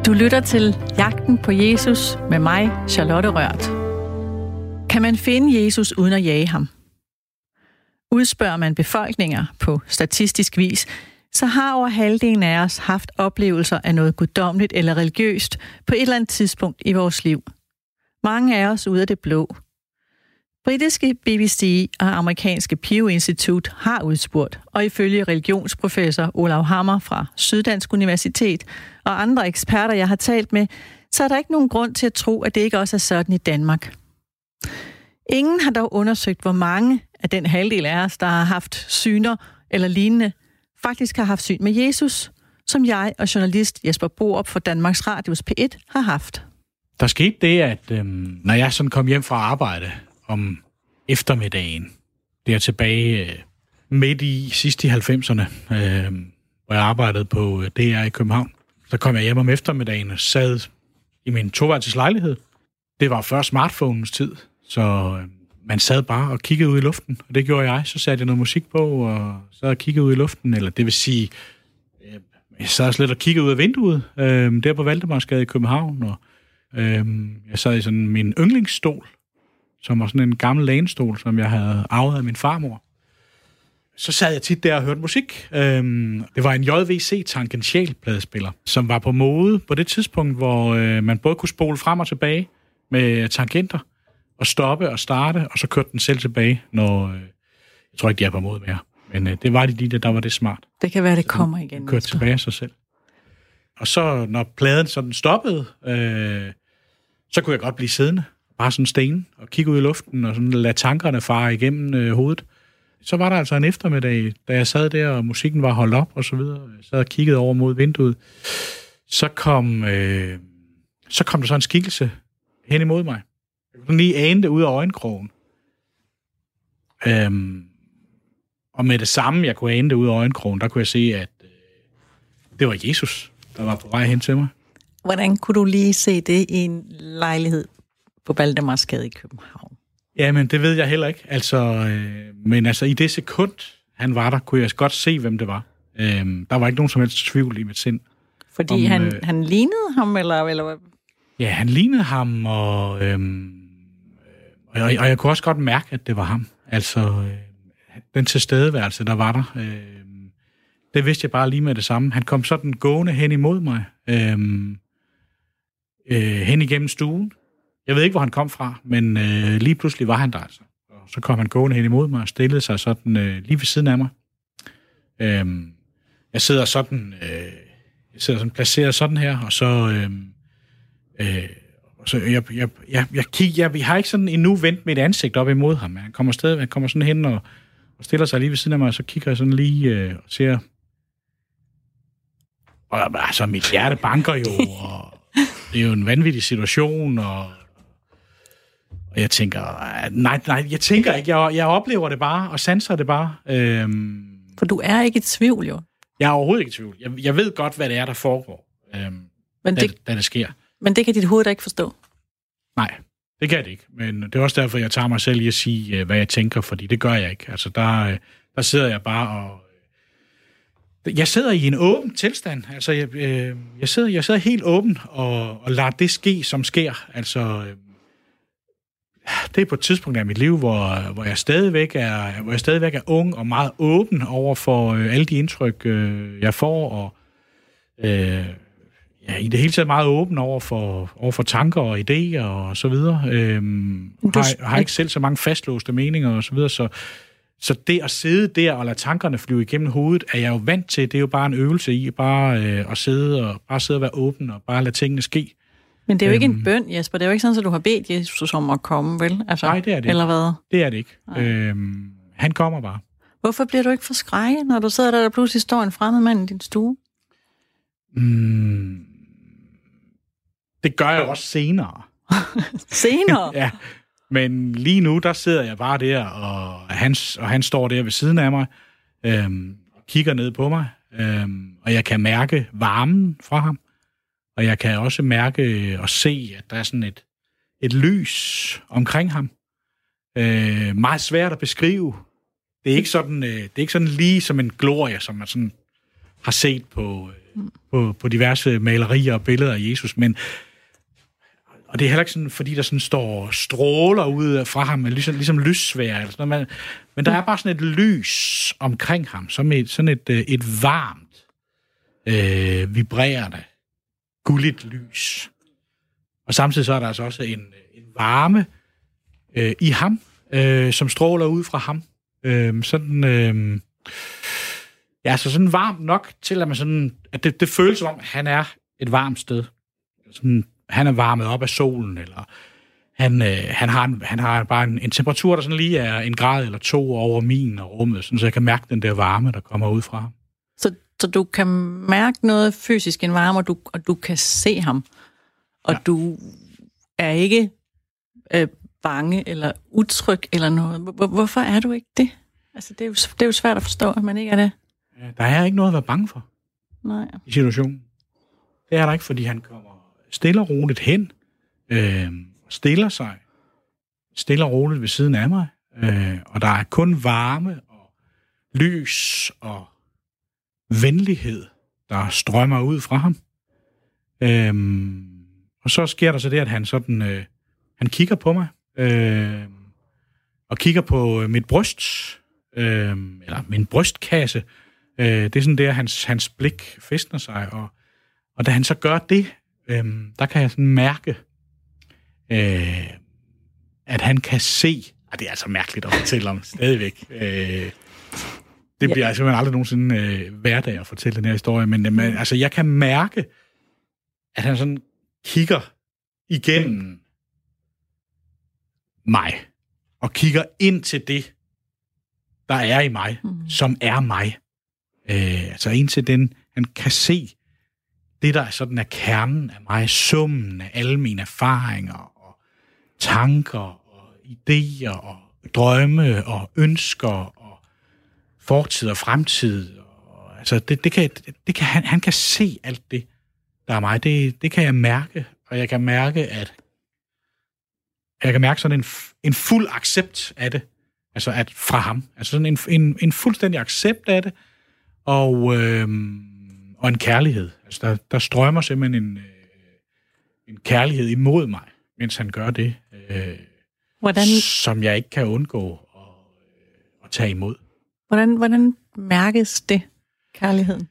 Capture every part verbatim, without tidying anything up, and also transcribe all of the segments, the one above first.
Du lytter til Jagten på Jesus med mig, Charlotte Rørt. Kan man finde Jesus uden at jage ham? Udspørger man befolkninger på statistisk vis, så har over halvdelen af os haft oplevelser af noget guddommeligt eller religiøst på et eller andet tidspunkt i vores liv. Mange af os ud af det blå. Britiske B B C og amerikanske Pew Institute har udspurgt, og ifølge religionsprofessor Olav Hammer fra Syddansk Universitet og andre eksperter, jeg har talt med, så er der ikke nogen grund til at tro, at det ikke også er sådan i Danmark. Ingen har dog undersøgt, hvor mange af den halvdel af os, der har haft syner eller lignende, faktisk har haft syn med Jesus, som jeg og journalist Jesper Borup for Danmarks Radios P et har haft. Der skete det, at øhm, når jeg sådan kom hjem fra arbejde om eftermiddagen, der tilbage øh, midt i sidst i halvfemserne, øh, hvor jeg arbejdede på D R i København, så kom jeg hjem om eftermiddagen og sad i min toværelses lejlighed. Det var før smartphones tid, så øh, man sad bare og kiggede ud i luften, og det gjorde jeg. Så satte jeg noget musik på, og sad og kiggede ud i luften, eller det vil sige, øh, jeg sad også lidt og kiggede ud af vinduet, øh, der på Valdemarsgade i København, og øh, jeg sad i sådan min yndlingsstol, som var sådan en gammel lænestol, som jeg havde arvet af min farmor. Så sad jeg tit der og hørte musik. Øhm, det var en J V C tangentialpladespiller, som var på mode på det tidspunkt, hvor øh, man både kunne spole frem og tilbage med tangenter, og stoppe og starte, og så kørte den selv tilbage, når... Øh, jeg tror ikke, de er på mode mere. Men øh, det var de lige der, der var det smart. Det kan være, det kommer igen. Kørte tilbage af sig selv. Og så, når pladen sådan stoppede, øh, så kunne jeg godt blive siddende. Bare sådan sten, og kigge ud i luften, og sådan lade tankerne fare igennem øh, hovedet. Så var der altså en eftermiddag, da jeg sad der, og musikken var holdt op, og så videre. Jeg sad og kiggede over mod vinduet. Så kom, øh, så kom der så en skikkelse hen imod mig. Jeg kunne lige ane det ud af øjenkrogen. Øhm, og med det samme, jeg kunne ane det ud af øjenkrogen, der kunne jeg se, at øh, det var Jesus, der var på vej hen til mig. Hvordan kunne du lige se det i en lejlighed på Valdemarsgade i København? Jamen, det ved jeg heller ikke. Altså, øh, men altså, i det sekund, han var der, kunne jeg godt se, hvem det var. Øh, der var ikke nogen som helst tvivl i mit sind. Fordi om, han, øh, han lignede ham, eller, eller hvad? Ja, han lignede ham, og, øh, og, og jeg kunne også godt mærke, at det var ham. Altså, øh, den tilstedeværelse, der var der, øh, det vidste jeg bare lige med det samme. Han kom sådan gående hen imod mig, øh, øh, hen igennem stuen. Jeg ved ikke, hvor han kom fra, men øh, lige pludselig var han der altså. Og så kom han gående hen imod mig og stillede sig sådan øh, lige ved siden af mig. Øhm, jeg sidder sådan, øh, jeg sidder sådan placeret sådan her, og så, øh, øh, så jeg, jeg, jeg, jeg, kig, jeg, jeg har ikke sådan endnu vendt mit ansigt op imod ham. Han kommer stadig, han kommer sådan hen og, og stiller sig lige ved siden af mig, og så kigger jeg sådan lige øh, og ser. Og altså, mit hjerte banker jo, og det er jo en vanvittig situation, og Og jeg tænker, nej, nej, jeg tænker ikke, jeg, jeg oplever det bare, og sanser det bare. Øhm, For du er ikke i tvivl, jo. Jeg er overhovedet ikke i tvivl. Jeg, jeg ved godt, hvad det er, der foregår, øhm, men da, det, da det sker. Men det kan dit hoved da ikke forstå? Nej, det kan det ikke. Men det er også derfor, jeg tager mig selv i at sige, hvad jeg tænker, fordi det gør jeg ikke. Altså, der, der sidder jeg bare og... Jeg sidder i en åben tilstand. Altså, jeg, øh, jeg, sidder, jeg sidder helt åben og, og lader det ske, som sker. Altså... Det er på et tidspunkt af mit liv, hvor, hvor, jeg stadigvæk er, hvor jeg stadigvæk er ung og meget åben over for øh, alle de indtryk, øh, jeg får, og øh, ja, i det hele taget meget åben over for, over for tanker og idéer og så videre. Øh, du... har, har ikke selv så mange fastlåste meninger og så videre, så, så det at sidde der og lade tankerne flyve igennem hovedet, er jeg jo vant til. Det er jo bare en øvelse i bare øh, at sidde og, bare sidde og være åben og bare lade tingene ske. Men det er jo ikke øhm, en bøn, Jesper. Det er jo ikke sådan, at du har bedt Jesus om at komme, vel? Altså, nej, det er det eller ikke. Hvad? Det er det ikke. Øhm, han kommer bare. Hvorfor bliver du ikke forskrækket, når du sidder der, der pludselig står en fremmed mand i din stue? Mm, det gør jeg også senere. Senere? Ja, men lige nu, der sidder jeg bare der, og han, og han står der ved siden af mig, øhm, og kigger ned på mig, øhm, og jeg kan mærke varmen fra ham. Og jeg kan også mærke og se, at der er sådan et, et lys omkring ham. Øh, meget svært at beskrive. Det er ikke sådan, øh, det er ikke sådan lige som en glorie, som man sådan har set på, mm. på, på diverse malerier og billeder af Jesus, men og det er heller ikke sådan, fordi der sådan står stråler ud fra ham, ligesom, ligesom lyssvær eller sådan noget, men, men der er bare sådan et lys omkring ham, som et, sådan et, et varmt, øh, vibrerende, gulligt lys. Og samtidig så er der altså også en, en varme øh, i ham, øh, som stråler ud fra ham. Øh, sådan, øh, ja, så sådan varmt nok til, at man sådan, at det, det føles som om, han er et varmt sted. Sådan, han er varmet op af solen, eller han, øh, han, har, en, han har bare en, en temperatur, der sådan lige er en grad eller to over min og rummet, sådan, så jeg kan mærke den der varme, der kommer ud fra ham. Så, så du kan mærke noget fysisk, en varme, og du, og du kan se ham, og ja. Du er ikke øh, bange eller utryg eller noget. Hvor, hvorfor er du ikke det? Altså, det er, jo, det er jo svært at forstå, at man ikke er det. Der er ikke noget at være bange for. Nej. I situationen. Det er der ikke, fordi han kommer stille og roligt hen, øh, stiller sig stille og roligt ved siden af mig, øh, og der er kun varme og lys og venlighed, der strømmer ud fra ham. Øh, og så sker der så det, at han sådan, øh, han kigger på mig, øh, og kigger på mit bryst, øh, eller min brystkasse. Øh, det er sådan der, hans, hans blik fæstner sig, og, og da han så gør det, Øhm, der kan jeg sådan mærke, øh, at han kan se. Ah, det er altså mærkeligt at fortælle om stadigvæk. Øh, det bliver ja. altså aldrig nogensinde øh, hverdag at fortælle den her historie, men øh, altså, jeg kan mærke, at han sådan kigger igennem mig, og kigger ind til det, der er i mig, mm. som er mig. Øh, altså ind til den, han kan se det, der sådan er kernen af mig, summen af alle mine erfaringer og tanker og idéer og drømme og ønsker og fortid og fremtid. Og, altså, det, det kan, det kan, han, han kan se alt det, der er mig. Det, det kan jeg mærke, og jeg kan mærke, at jeg kan mærke sådan en, en fuld accept af det, altså at fra ham. Altså sådan en, en, en fuldstændig accept af det, og... Øhm, og en kærlighed. Altså, der, der strømmer simpelthen en, øh, en kærlighed imod mig, mens han gør det, øh, hvordan, som jeg ikke kan undgå at, øh, at tage imod. Hvordan, hvordan mærkes det, kærligheden?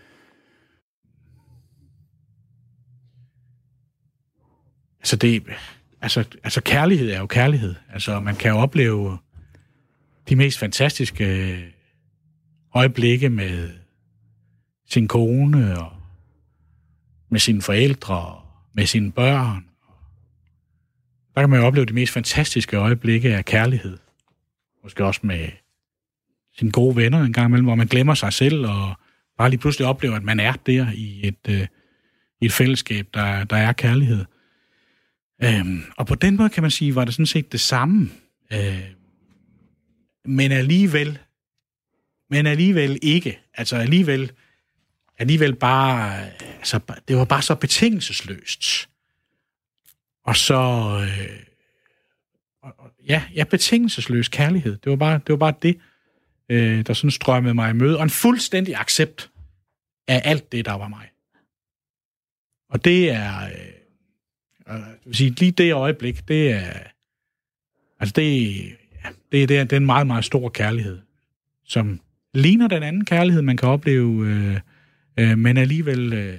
Altså, det, altså, altså, kærlighed er jo kærlighed. Altså, man kan jo opleve de mest fantastiske øjeblikke med sin kone, og med sine forældre, og med sine børn. Der kan man jo opleve de mest fantastiske øjeblikke af kærlighed. Måske også med sine gode venner en gang imellem, hvor man glemmer sig selv, og bare lige pludselig oplever, at man er der i et, øh, i et fællesskab, der, der er kærlighed. Øhm, og på den måde kan man sige, var det sådan set det samme. Øh, men alligevel, men alligevel ikke. Altså alligevel alligevel bare, altså, det var bare så betingelsesløst. Og så, øh, og, ja, ja, betingelsesløs kærlighed. Det var bare det, var bare det øh, der sådan strømmede mig i møde. Og en fuldstændig accept af alt det, der var mig. Og det er, øh, jeg vil sige, lige det øjeblik, det er, altså det, ja, det, det, er, det er en meget, meget stor kærlighed, som ligner den anden kærlighed, man kan opleve, øh, øh, men alligevel øh,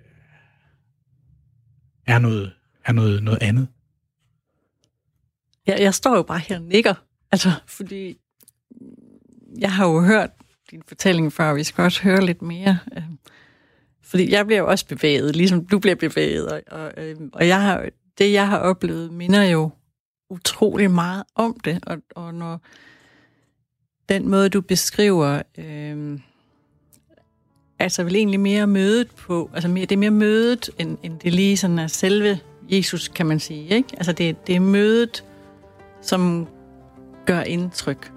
er noget, er noget, noget andet. Jeg, jeg står jo bare her og nikker, altså, fordi jeg har jo hørt din fortælling før, og vi skal også høre lidt mere. Øh, fordi jeg bliver jo også bevæget, ligesom du bliver bevæget, og, og, øh, og jeg har, det, jeg har oplevet, minder jo utrolig meget om det, og, og når den måde, du beskriver, øh, altså vel egentlig mere mødet på, altså mere, det er mere mødet, end, end det lige sådan er selve Jesus, kan man sige, ikke? Altså det, det er mødet, som gør indtryk.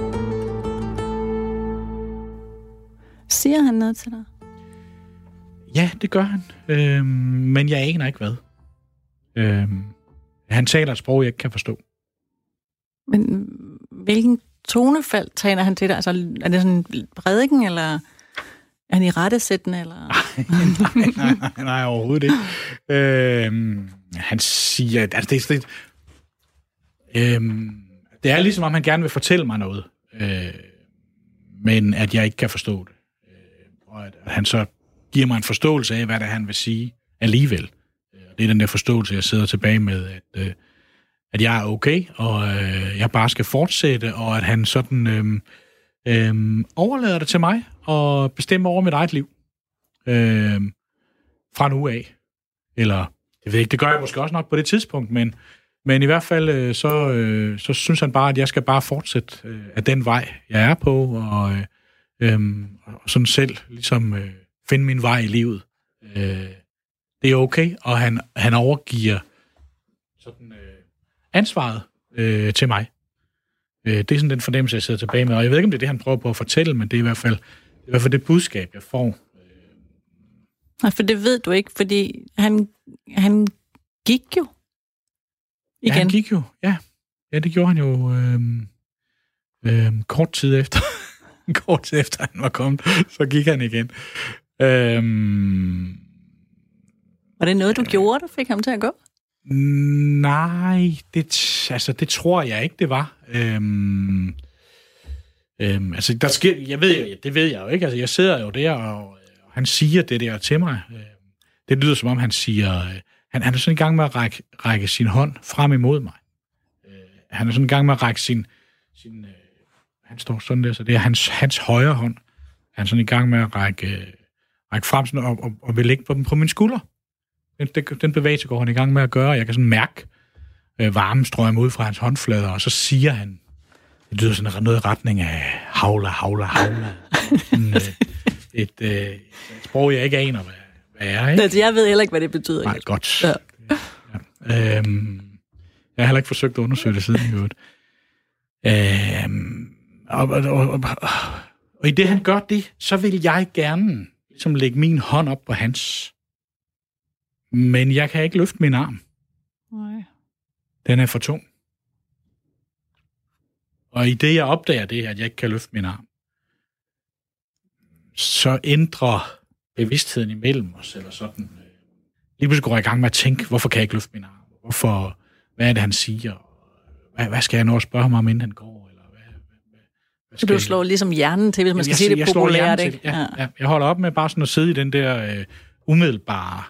Siger han noget til dig? Ja, det gør han. Øh, men jeg aner ikke hvad. Øh, han taler et sprog, jeg ikke kan forstå. Men hvilken tonefald taler han til dig? Altså, er det sådan en prædiken, eller er han i rettesættende? Eller? nej, nej, nej, nej, overhovedet ikke. Øh, han siger... Altså, det, det, øh, det er ligesom, om han gerne vil fortælle mig noget, øh, men at jeg ikke kan forstå det. Øh, og at han så giver mig en forståelse af, hvad det er, han vil sige alligevel. Det er den der forståelse, jeg sidder tilbage med, at, øh, at jeg er okay, og øh, jeg bare skal fortsætte, og at han sådan øh, øh, overlader det til mig og bestemmer over mit eget liv. Øh, fra nu af. Eller, jeg ved ikke, det gør jeg måske også nok på det tidspunkt, men, men i hvert fald, øh, så, øh, så synes han bare, at jeg skal bare fortsætte øh, af den vej, jeg er på, og, øh, øh, og sådan selv ligesom øh, finde min vej i livet. Øh, Det er okay, og han, han overgiver sådan, øh, ansvaret øh, til mig. Øh, det er sådan den fornemmelse, jeg sidder tilbage med, og jeg ved ikke, om det er det, han prøver på at fortælle, men det er i hvert fald, det, er i hvert fald det budskab, jeg får. Nej, for det ved du ikke, fordi han, han gik jo igen. Ja, han gik jo, ja. Ja, det gjorde han jo øh, øh, kort tid efter. kort tid efter, han var kommet, så gik han igen. Øh, Var det noget, du øh, gjorde, der fik ham til at gå? Nej, det, altså, det tror jeg ikke, det var. Øhm, øhm, altså, der sker, jeg ved, det ved jeg jo ikke. Altså, jeg sidder jo der, og, og han siger det der til mig. Det lyder, som om han siger... Han, han er sådan i gang med at række, række sin hånd frem imod mig. Han er sådan i gang med at række sin... sin han står sådan der, så det er hans, hans højre hånd. Han er sådan i gang med at række, række frem sådan, og, og, og vil lægge på, på min skulder. Den, den bevægelse går han i gang med at gøre, jeg kan sådan mærke øh, varmen strømme ud fra hans håndflader, og så siger han, det lyder sådan noget i retning af havla, havla, havla. Sådan, øh, et, øh, et sprog, jeg ikke aner, hvad, hvad er, ikke? Altså, jeg ved heller ikke, hvad det betyder. Nej, godt. Ja. Ja. Øhm, jeg har heller ikke forsøgt at undersøge det siden i øvrigt. Øhm, og, og, og, og, og i det, han gør det, så vil jeg gerne ligesom lægge min hånd op på hans. Men jeg kan ikke løfte min arm. Nej. Den er for tung. Og i det, jeg opdager det, at jeg ikke kan løfte min arm, så ændrer bevidstheden imellem os, eller sådan. Lige pludselig går jeg i gang med at tænke, hvorfor kan jeg ikke løfte min arm? Hvorfor, hvad er det, han siger? Hvad, hvad skal jeg nå at spørge ham om, inden han går? Eller hvad, hvad, hvad så du slår ligesom hjernen til, hvis man skal sige det populært, ikke? Ja, ja. Jeg holder op med bare sådan at sidde i den der øh, umiddelbare,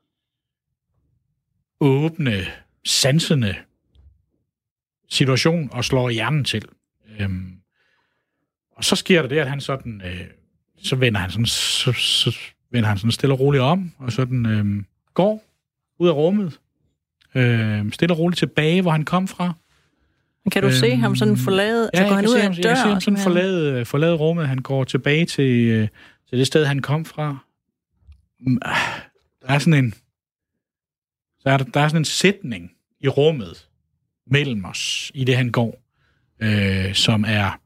åbne, sansende situation og slår hjernen til. Øhm, og så sker der det, at han sådan, øh, så vender han sådan, så, så vender han sådan stille og roligt om, og sådan øh, går ud af rummet, øh, stille og roligt tilbage, hvor han kom fra. Kan du øhm, se ham sådan forlade, ja, så går han ud af en dør? Jeg kan se ham sådan forlade, forlade rummet, han går tilbage til, øh, til det sted, han kom fra. Der er sådan en Så er der, der er sådan en sætning i rummet mellem os, i det han går, øh, som er,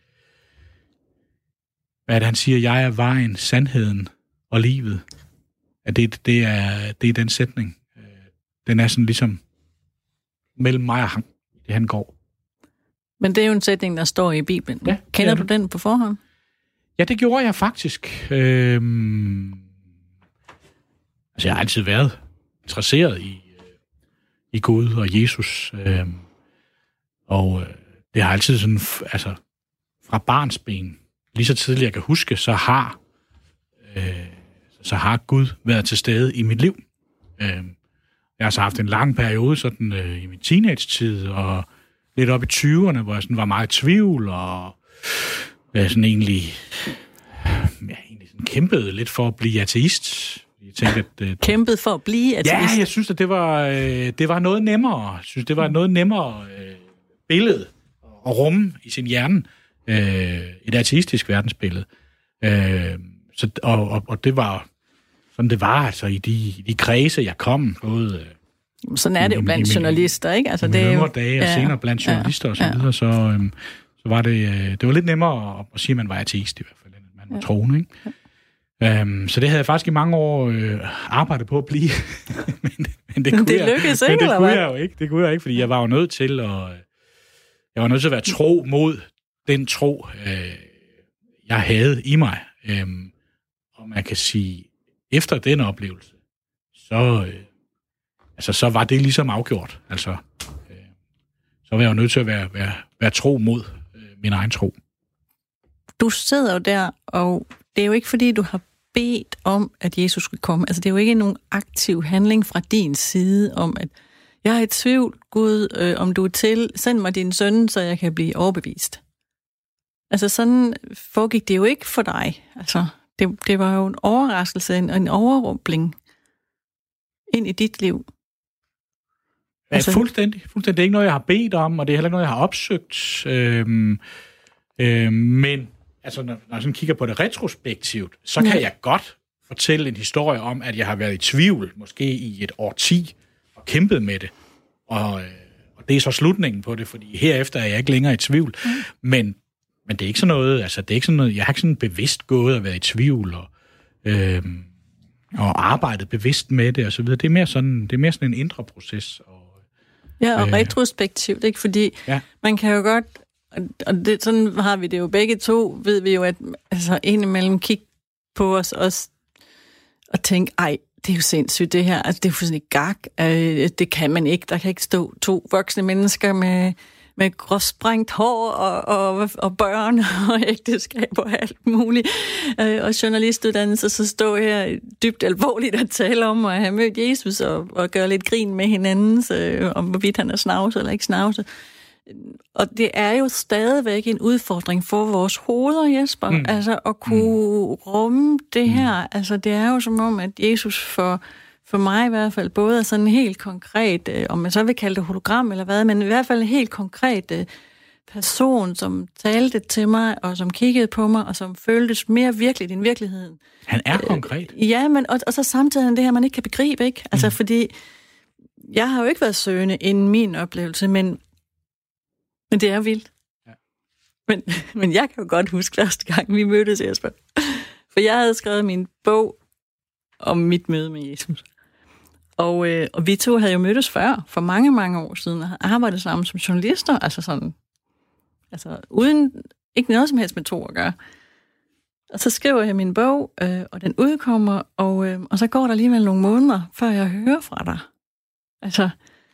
hvad er det, han siger, jeg er vejen, sandheden og livet. At det, det, er, det er den sætning. Den er sådan ligesom mellem mig og ham, i det han går. Men det er jo en sætning, der står i Bibelen. Ja, kender du den på forhånd? Ja, det gjorde jeg faktisk. Øhm, altså, jeg har altid været interesseret i, i Gud og Jesus. Øh, og øh, det har altid sådan, altså fra barnsben, lige så tidligt jeg kan huske, så har, øh, så har Gud været til stede i mit liv. Øh, jeg har så haft en lang periode sådan, øh, i min teenage-tid, og lidt op i tyverne, hvor jeg sådan var meget i tvivl, og jeg sådan egentlig, ja, egentlig sådan kæmpede lidt for at blive ateist. Jeg tænkte, at, øh, kæmpede for at blive ateist? Ja, jeg synes, at det var, øh, det var noget nemmere. Jeg synes, det var noget nemmere øh, billede at rumme i sin hjerne. Øh, et ateistisk verdensbillede. Øh, så, og, og, og det var sådan, det var altså i de, i de kredse, jeg kom. Både, øh, sådan er det jo blandt i, journalister, ikke? Altså, i det er jo dage, og ja, senere blandt journalister ja, og så videre. Ja. Så, øh, så var det, øh, det var lidt nemmere at, at sige, at man var ateist i hvert fald, end man var ja. troende, ikke? Øhm, så det havde jeg faktisk i mange år øh, arbejdet på at blive. men, men det kunne, det jeg, lykkedes men ikke, det eller kunne hvad? jeg jo ikke. Det kunne jeg ikke, fordi jeg var jo nødt til at, jeg var nødt til at være tro mod den tro, øh, jeg havde i mig. Øhm, og man kan sige, efter den oplevelse, så, øh, altså, så var det ligesom afgjort. Altså, øh, så var jeg jo nødt til at være, være, være tro mod øh, min egen tro. Du sidder jo der, og det er jo ikke fordi, du har bedt om, at Jesus skulle komme. Altså, det er jo ikke nogen aktiv handling fra din side om, at jeg er i tvivl, Gud, øh, om du er til, send mig din søn, så jeg kan blive overbevist. Altså, sådan foregik det jo ikke for dig. Altså, det, det var jo en overraskelse, en, en overrumpling ind i dit liv. Ja, altså, fuldstændig, fuldstændig. Det er ikke noget, jeg har bedt om, og det er heller ikke noget, jeg har opsøgt. Øhm, øhm, men altså, når, når jeg sådan kigger på det retrospektivt, så kan ja. jeg godt fortælle en historie om, at jeg har været i tvivl, måske i et årti, og kæmpet med det. Og, øh, og det er så slutningen på det, fordi herefter er jeg ikke længere i tvivl. Mm. Men, men det er ikke sådan noget, altså det er ikke sådan noget, jeg har ikke sådan bevidst gået at være i tvivl, og, øh, og arbejdet bevidst med det, og så videre. Det er mere sådan, det er mere sådan en indre proces. Og, ja, og øh, retrospektivt, ikke? Fordi ja. man kan jo godt, og det, sådan har vi det jo begge to, ved vi jo, at altså, indimellem kigge på os også, og tænke, ej, det er jo sindssygt det her, altså det er jo fuldstændig gak, øh, det kan man ikke, der kan ikke stå to voksne mennesker med, med gråsprængt hår og, og, og børn og ægteskab og alt muligt, øh, og journalistuddannelse, så stå her dybt alvorligt at tale om at have mødt Jesus og, og gøre lidt grin med hinanden, øh, om hvorvidt han er snavset eller ikke snavset. Og det er jo stadigvæk en udfordring for vores hoveder, Jesper, mm. altså at kunne mm. rumme det her. Mm. Altså det er jo som om, at Jesus for, for mig i hvert fald både er sådan helt konkret, øh, om man så vil kalde det hologram eller hvad, men i hvert fald en helt konkret øh, person, som talte til mig, og som kiggede på mig, og som føltes mere virkeligt end virkeligheden. Han er konkret. Øh, ja, men og, og så samtidig det her, man ikke kan begribe, ikke? Altså mm. fordi, jeg har jo ikke været søgende inden min oplevelse, men Men det er vildt. Ja. Men, men jeg kan jo godt huske første gang, vi mødtes, Jesper. For jeg havde skrevet min bog om mit møde med Jesus. Og, øh, og vi to havde jo mødtes før, for mange, mange år siden, og havde arbejdet sammen som journalister, altså sådan, altså uden, ikke noget som helst med to at gøre. Og så skriver jeg min bog, øh, og den udkommer, og, øh, og så går der alligevel nogle måneder, før jeg hører fra dig. Altså,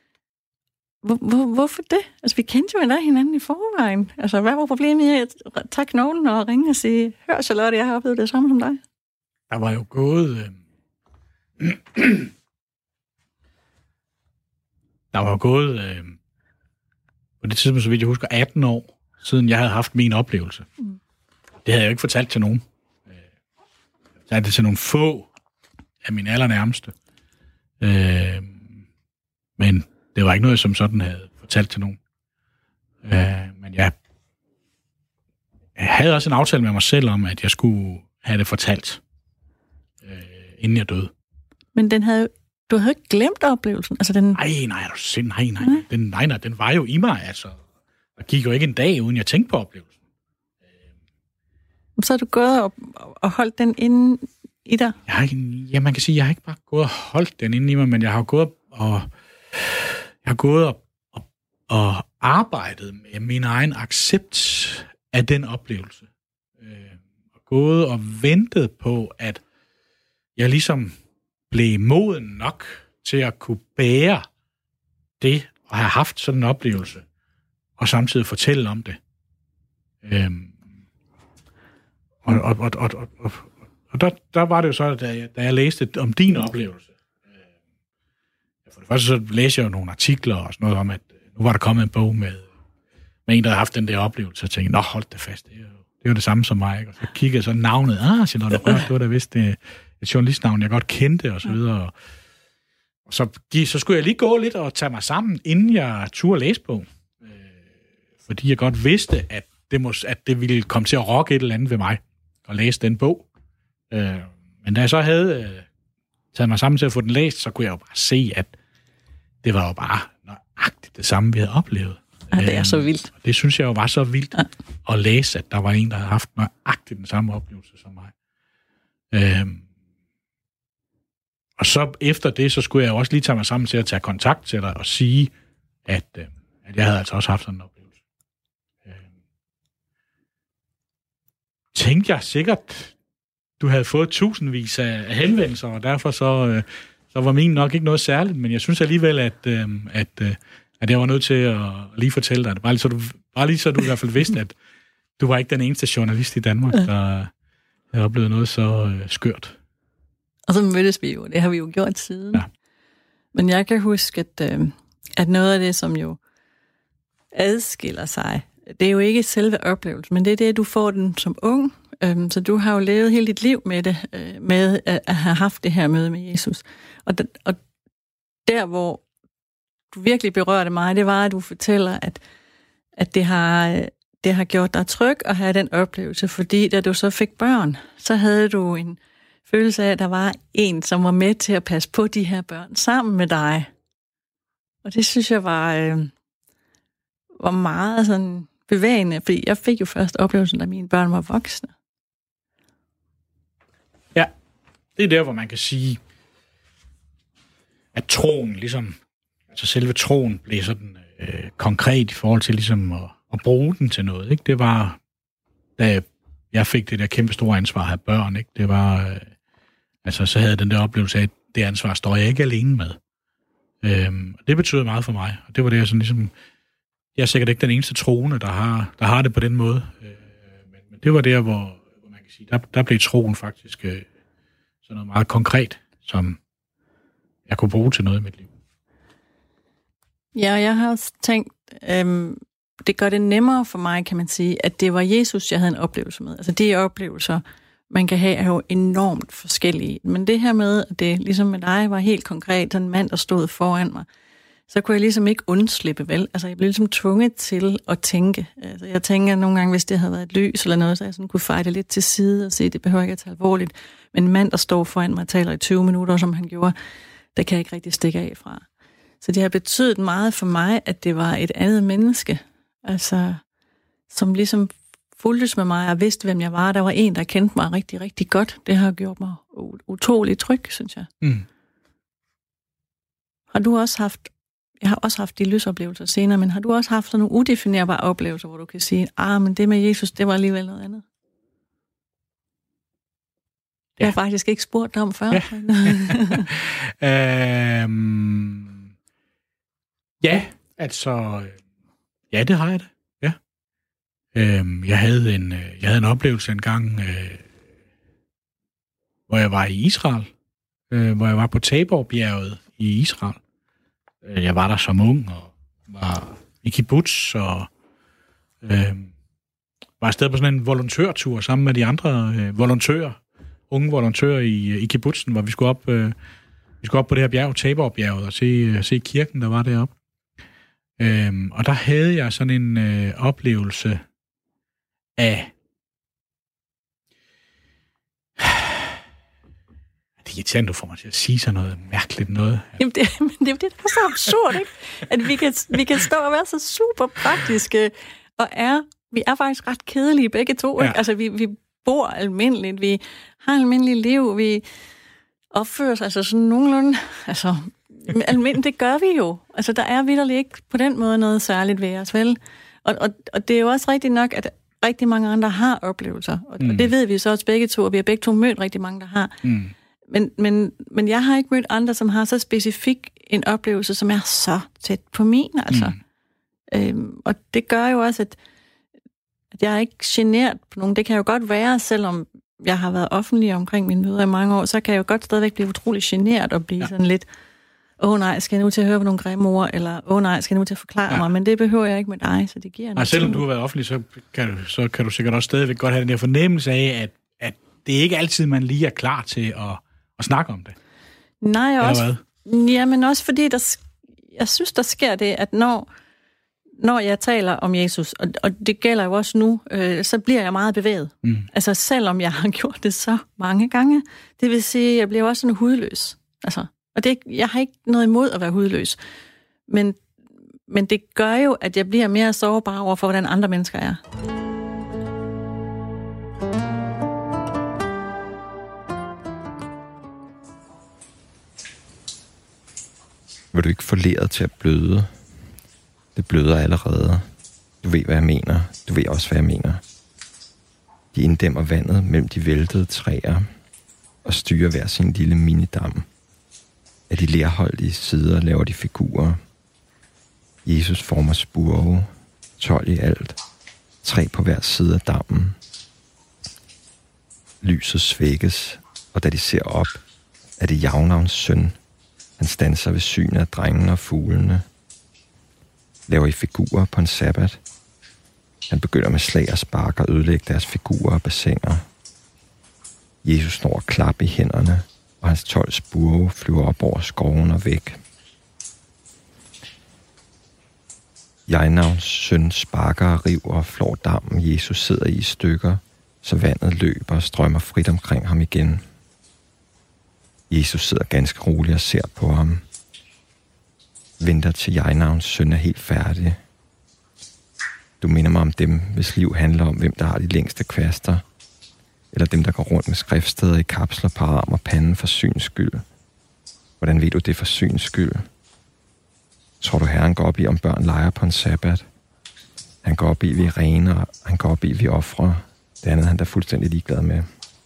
Hvor, hvor, hvorfor det? Altså, vi kendte jo endda hinanden i forvejen. Altså, hvad var problemet i at tage knoglen og ringe og sige, hør Charlotte, jeg har oplevet det samme som dig? Der var jo gået... Øh... der var jo gået... Øh... På det tidspunkt, så vidt jeg husker, atten år, siden jeg havde haft min oplevelse. Mm. Det havde jeg jo ikke fortalt til nogen. Jeg fortalte det til nogle få af mine allernærmeste. Øh... Men... Det var ikke noget, som sådan havde fortalt til nogen. Øh, men jeg, jeg havde også en aftale med mig selv om, at jeg skulle have det fortalt, øh, inden jeg døde. Men den havde, du havde ikke glemt oplevelsen? Altså den... Nej, nej, er du sind, nej, nej. Mm. Den, nej, nej, den var jo i mig, altså. Der gik jo ikke en dag, uden jeg tænkte på oplevelsen. Så har du gået og, og holdt den inde i dig? Jeg har ikke, ja, man kan sige, jeg har ikke bare gået og holdt den inde i mig, men jeg har gået og... Jeg har gået og, og, og arbejdet med min egen accept af den oplevelse. Øh, og gået og ventet på, at jeg ligesom blev moden nok til at kunne bære det, og have haft sådan en oplevelse, og samtidig fortælle om det. Øh, og og, og, og, og, og, og der, der var det jo så, da jeg, da jeg læste om din oplevelse, for det første så læste jeg jo nogle artikler og sådan noget om, at nu var der kommet en bog med, med en, der havde haft den der oplevelse, og tænkte, nå, hold det fast, det er jo det, er jo det samme som mig. Ikke? Og så kiggede jeg så navnet, ah, Charlotte Rørt, det var da vist det, et journalistnavn, jeg godt kendte, og så videre. Og, og så, så skulle jeg lige gå lidt og tage mig sammen, inden jeg turde læse bogen. Øh, fordi jeg godt vidste, at det, må, at det ville komme til at rokke et eller andet ved mig, at læse den bog. Øh, men da jeg så havde... Øh, taget mig sammen til at få den læst, så kunne jeg jo bare se, at det var jo bare nøjagtigt det samme, vi havde oplevet. Ja, det er så vildt. Og det synes jeg jo var så vildt ja. At læse, at der var en, der havde haft nøjagtigt den samme oplevelse som mig. Øhm, og så efter det, så skulle jeg også lige tage mig sammen til at tage kontakt til dig og sige, at, øh, at jeg havde altså også haft sådan en oplevelse. Øhm, tænkte jeg sikkert, du havde fået tusindvis af henvendelser, og derfor så, øh, så var min nok ikke noget særligt, men jeg synes alligevel, at, øh, at, øh, at jeg var nødt til at lige fortælle dig det. Bare lige så du, bare lige så du i hvert fald vidste, at du var ikke den eneste journalist i Danmark, der havde oplevet noget så øh, skørt. Og så mødtes vi jo, det har vi jo gjort siden. Ja. Men jeg kan huske, at, øh, at noget af det, som jo adskiller sig, det er jo ikke selve oplevelsen, men det er det, du får den som ung. Øhm, så du har jo levet hele dit liv med det, øh, med at, at have haft det her møde med Jesus. Og, d- og der, hvor du virkelig berørte mig, det var, at du fortæller, at, at det, har, det har gjort dig tryg at have den oplevelse, fordi da du så fik børn, så havde du en følelse af, at der var en, som var med til at passe på de her børn sammen med dig. Og det synes jeg var, øh, var meget sådan bevægende, fordi jeg fik jo først oplevelsen, da mine børn var voksne. Ja, det er der, hvor man kan sige, at troen ligesom, altså selve troen blev sådan øh, konkret i forhold til ligesom at, at bruge den til noget, ikke? Det var, da jeg fik det der kæmpe store ansvar at have børn, ikke? Det var, øh, altså så havde jeg den der oplevelse af, at det ansvar står jeg ikke alene med. Øhm, og det betød meget for mig, og det var det, jeg sådan ligesom, jeg er sikkert ikke den eneste troende, der har, der har det på den måde, øh, men, men det var der, hvor, hvor man kan sige, der, der blev troen faktisk øh, sådan noget meget konkret, som jeg kunne bruge til noget i mit liv. Ja, jeg har også tænkt, øhm, det gør det nemmere for mig, kan man sige, at det var Jesus, jeg havde en oplevelse med. Altså de oplevelser, man kan have, er jo enormt forskellige. Men det her med, at det ligesom med dig var helt konkret, sådan en mand, der stod foran mig, så kunne jeg ligesom ikke undslippe, vel? Altså jeg blev ligesom tvunget til at tænke. Altså jeg tænker nogle gange, hvis det havde været et lys eller noget, så jeg sådan kunne feje det lidt til side og se, det behøver ikke at tage alvorligt. Men en mand, der står foran mig og taler i tyve minutter, som han gjorde, det kan jeg ikke rigtig stikke af fra. Så det har betydet meget for mig, at det var et andet menneske, altså som ligesom fulgtes med mig og vidste, hvem jeg var. Der var en, der kendte mig rigtig, rigtig godt. Det har gjort mig utroligt tryg, synes jeg. Mm. Har du også haft, jeg har også haft de lysoplevelser senere, men har du også haft sådan nogle udefinerbare oplevelser, hvor du kan sige, ah, men det med Jesus, det var alligevel noget andet? Ja. Jeg har faktisk ikke spurgt dig om før. Ja, øhm, ja altså, ja, det har jeg det. Ja. Øhm, jeg, havde en, jeg havde en oplevelse en gang, øh, hvor jeg var i Israel, øh, hvor jeg var på Taborbjerget i Israel. Jeg var der som ung, og var i kibbutz, og øh, var afsted på sådan en volontørtur sammen med de andre øh, volontører, unge volontører i, i kibbutzen, hvor vi skulle op, øh, vi skulle op på det her bjerg, Taborbjerget, og se, øh, se kirken, der var deroppe. Øh, og der havde jeg sådan en øh, oplevelse af det er irriterende, du får mig til at sige sådan noget mærkeligt noget. Jamen det, men det er jo det, der er så absurd, ikke? At vi kan, vi kan stå og være så super praktiske, og er, vi er faktisk ret kedelige begge to, ikke? Ja. Altså vi, vi bor almindeligt, vi har almindeligt liv, vi opfører os altså sådan nogenlunde, altså almindeligt, det gør vi jo. Altså der er vitterligt ikke på den måde noget særligt ved os, vel? Og, og, og det er jo også rigtigt nok, at rigtig mange andre har oplevelser, og, mm. og det ved vi så også begge to, og vi har begge to mødt rigtig mange, der har. Mm. Men, men, men jeg har ikke mødt andre, som har så specifik en oplevelse, som er så tæt på min, altså. Mm. Øhm, og det gør jo også, at, at jeg er ikke genert på nogen. Det kan jo godt være, selvom jeg har været offentlig omkring mine møder i mange år, så kan jeg jo godt stadigvæk blive utrolig genert og blive ja. sådan lidt, åh oh, nej, skal jeg nu til at høre på nogle grimme ord, eller åh oh, nej, skal jeg nu til at forklare ja. mig, men det behøver jeg ikke med dig, så det giver nej, selvom du har været offentlig, så kan, du, så kan du sikkert også stadigvæk godt have den der fornemmelse af, at, at det ikke altid, man lige er klar til at og snakke om det. Nej, eller også, ja, men også fordi, der, jeg synes, der sker det, at når, når jeg taler om Jesus, og, og det gælder jo også nu, øh, så bliver jeg meget bevæget. Mm. Altså, selvom jeg har gjort det så mange gange. Det vil sige, at jeg bliver også sådan hudløs. Altså, og det, jeg har ikke noget imod at være hudløs. Men, men det gør jo, at jeg bliver mere sårbar over for, hvordan andre mennesker er. vil du ikke få leret til at bløde. Det bløder allerede. Du ved, hvad jeg mener. Du ved også, hvad jeg mener. De inddæmmer vandet mellem de væltede træer og styrer hver sin lille minidam. Af de lerholdige sider laver de figurer. Jesus former spurve, tolv i alt, tre på hver side af dammen. Lyset svækkes, og da de ser op, er det Javnavns søn. Han standser ved synet af drengene og fuglene. Laver I figurer på en sabbat? Han begynder med slag og spark og ødelægge deres figurer og bassiner. Jesus når klap i hænderne, og hans tolv spurve flyver op over skoven og væk. Javnavns søn sparker og river og flår dammen, Jesus sidder i stykker, så vandet løber og strømmer frit omkring ham igen. Jesus sidder ganske roligt og ser på ham. Venter til Javnavns søn er helt færdig. Du minder mig om dem, hvis liv handler om, hvem der har de længste kvaster, eller dem, der går rundt med skriftsteder i kapsler på arm og panden for syns skyld. Hvordan ved du det for syns skyld? Tror du, Herren går op i, om børn leger på en sabbat? Han går op i, vi er rene, og han går op i, vi er ofre. Det andet er han da fuldstændig ligeglad med.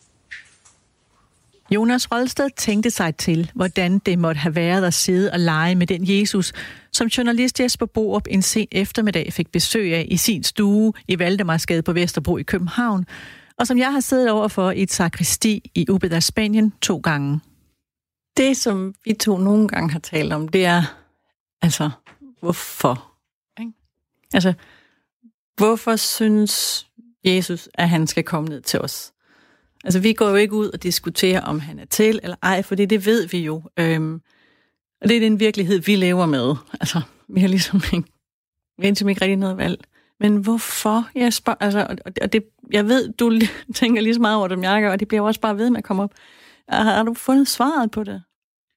Jonas Rolsted tænkte sig til, hvordan det måtte have været at sidde og lege med den Jesus, som journalist Jesper Borup en sen eftermiddag fik besøg af i sin stue i Valdemarsgade på Vesterbro i København, og som jeg har siddet overfor i et sakristi i Úbeda, Spanien, to gange. Det, som vi to nogle gange har talt om, det er, altså, hvorfor? Ikke? Altså, hvorfor synes Jesus, at han skal komme ned til os? Altså, vi går jo ikke ud og diskuterer, om han er til eller ej, for det ved vi jo. Øhm, og det er den virkelighed, vi lever med. Altså, vi har ligesom ikke, vi har ligesom ikke rigtig noget valg. Men hvorfor? Jeg spørger, altså, og det, jeg ved, du tænker lige så meget over det, jeg gør, og det bliver også bare ved med at komme op. Har, har du fundet svaret på det?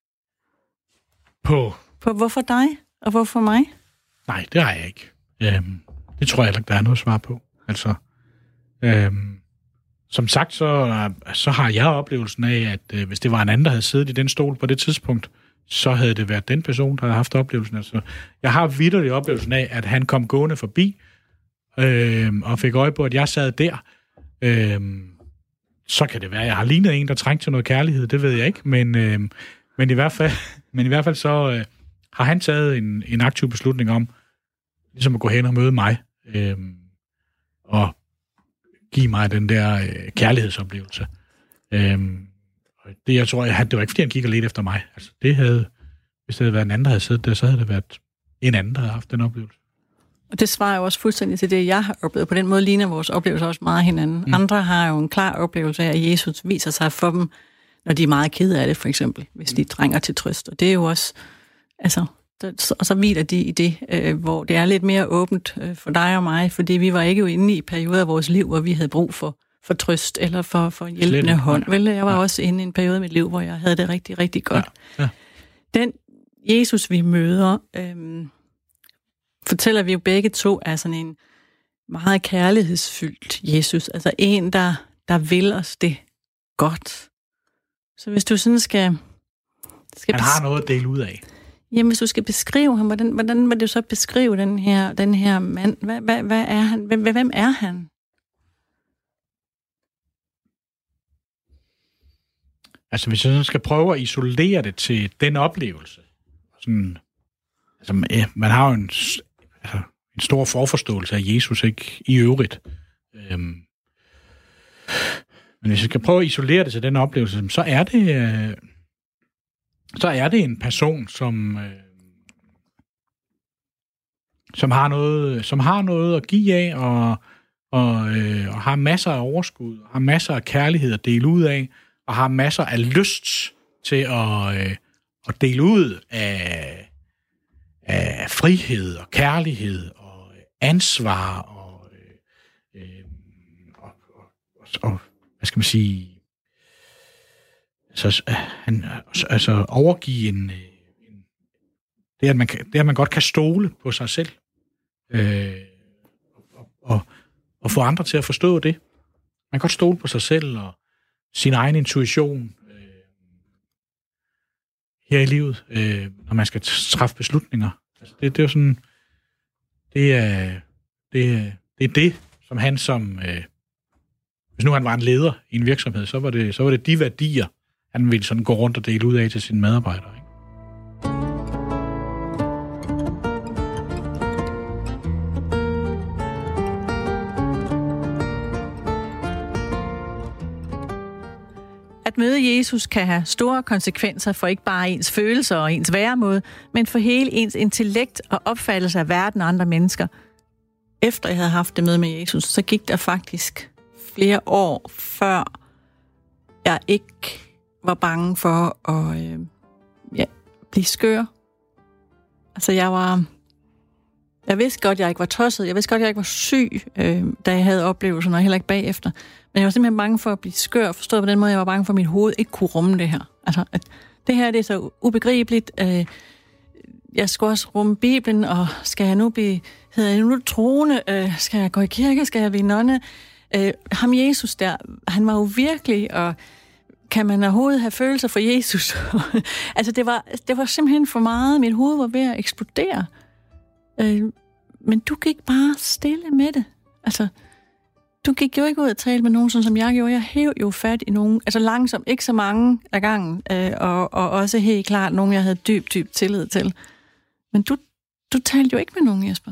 På? På hvorfor dig, og hvorfor mig? Nej, det har jeg ikke. Øhm, det tror jeg heller ikke, der er noget svar på. Altså, øhm, som sagt, så, så har jeg oplevelsen af, at øh, hvis det var en anden, der havde siddet i den stol på det tidspunkt, så havde det været den person, der havde haft oplevelsen. Altså, jeg har vitterlig oplevelsen af, at han kom gående forbi, øh, og fik øje på, at jeg sad der. Øh, så kan det være, at jeg har lignet en, der trængte til noget kærlighed, det ved jeg ikke, men, øh, men, i, hvert fald, men i hvert fald så øh, har han taget en, en aktiv beslutning om, ligesom at gå hen og møde mig, øh, og give mig den der øh, kærlighedsoplevelse. Øh, Det, jeg tror, jeg, det var ikke, fordi han gik og ledte efter mig. Altså, det havde, hvis det havde været en anden, der havde siddet der, så havde det været en anden, der havde haft den oplevelse. Og det svarer jo også fuldstændig til det, jeg har oplevet. På den måde ligner vores oplevelser også meget hinanden. Mm. Andre har jo en klar oplevelse af, at Jesus viser sig for dem, når de er meget kede af det, for eksempel, hvis de trænger til trøst. Og det er jo også, altså, der, og så hviler de i det, øh, hvor det er lidt mere åbent øh, for dig og mig, fordi vi var ikke jo inde i perioder af vores liv, hvor vi havde brug for for trøst eller for, for en hjælpende Slet. hånd. Vel, jeg var ja. også inde i en periode i mit liv, hvor jeg havde det rigtig, rigtig godt. Ja. Ja. Den Jesus, vi møder, øhm, fortæller vi jo begge to, er sådan en meget kærlighedsfyldt Jesus. Altså en, der, der vil os det godt. Så hvis du sådan skal... skal Han har noget at dele ud af. Jamen, hvis du skal beskrive ham, hvordan, hvordan vil du så beskrive den her, den her mand? Hvad, hvad, hvad er han? Hvem, hvem er han? Altså, hvis jeg skal prøve at isolere det til den oplevelse, sådan, altså, ja, man har jo en, altså, en stor forforståelse af Jesus, ikke, i øvrigt. Øhm, men hvis jeg skal prøve at isolere det til den oplevelse, så er det, øh, så er det en person, som, øh, som, har noget, som har noget at give af, og, og, øh, og har masser af overskud, og har masser af kærlighed at dele ud af, og har masser af lyst til at, øh, at dele ud af, af frihed og kærlighed og ansvar og, øh, øh, og, og, og hvad skal man sige, altså, han, altså overgive en, en det, at man kan, det, at man godt kan stole på sig selv øh, og, og, og få andre til at forstå det. Man kan godt stole på sig selv og sin egen intuition. her i livet, øh, når man skal træffe beslutninger. Altså, det, det er jo sådan, det er det, det er det, som han som, øh, hvis nu han var en leder i en virksomhed, så var det, så var det de værdier, han ville sådan gå rundt og dele ud af til sine medarbejdere. Ikke? At møde Jesus kan have store konsekvenser for ikke bare ens følelser og ens væremåde, men for hele ens intellekt og opfattelse af verden og andre mennesker. Efter jeg havde haft det møde med Jesus, så gik der faktisk flere år, før jeg ikke var bange for at øh, ja, blive skør. Altså jeg var... Jeg vidste godt, at jeg ikke var tosset. Jeg vidste godt, at jeg ikke var syg, øh, da jeg havde oplevelsen, og heller ikke bagefter. Men jeg var simpelthen bange for at blive skør, forstået på den måde, jeg var bange for, at mit hoved ikke kunne rumme det her. Altså, at det her det er så ubegribeligt. Øh, jeg skulle også rumme Bibelen, og skal jeg nu blive, hedder jeg nu troende? Øh, skal jeg gå i kirke? Skal jeg blive nonne? Øh, ham Jesus der, han var jo virkelig, og kan man overhovedet have følelser for Jesus? Altså, det var, det var simpelthen for meget. Mit hoved var ved at eksplodere. Øh, men du gik bare stille med det. Altså, du gik jo ikke ud og tale med nogen, sådan som jeg gjorde. Jeg hæv jo fat i nogen, altså langsomt, ikke så mange af gangen, øh, og, og også helt klart nogen, jeg havde dyb, dyb tillid til. Men du, du talte jo ikke med nogen, Jesper.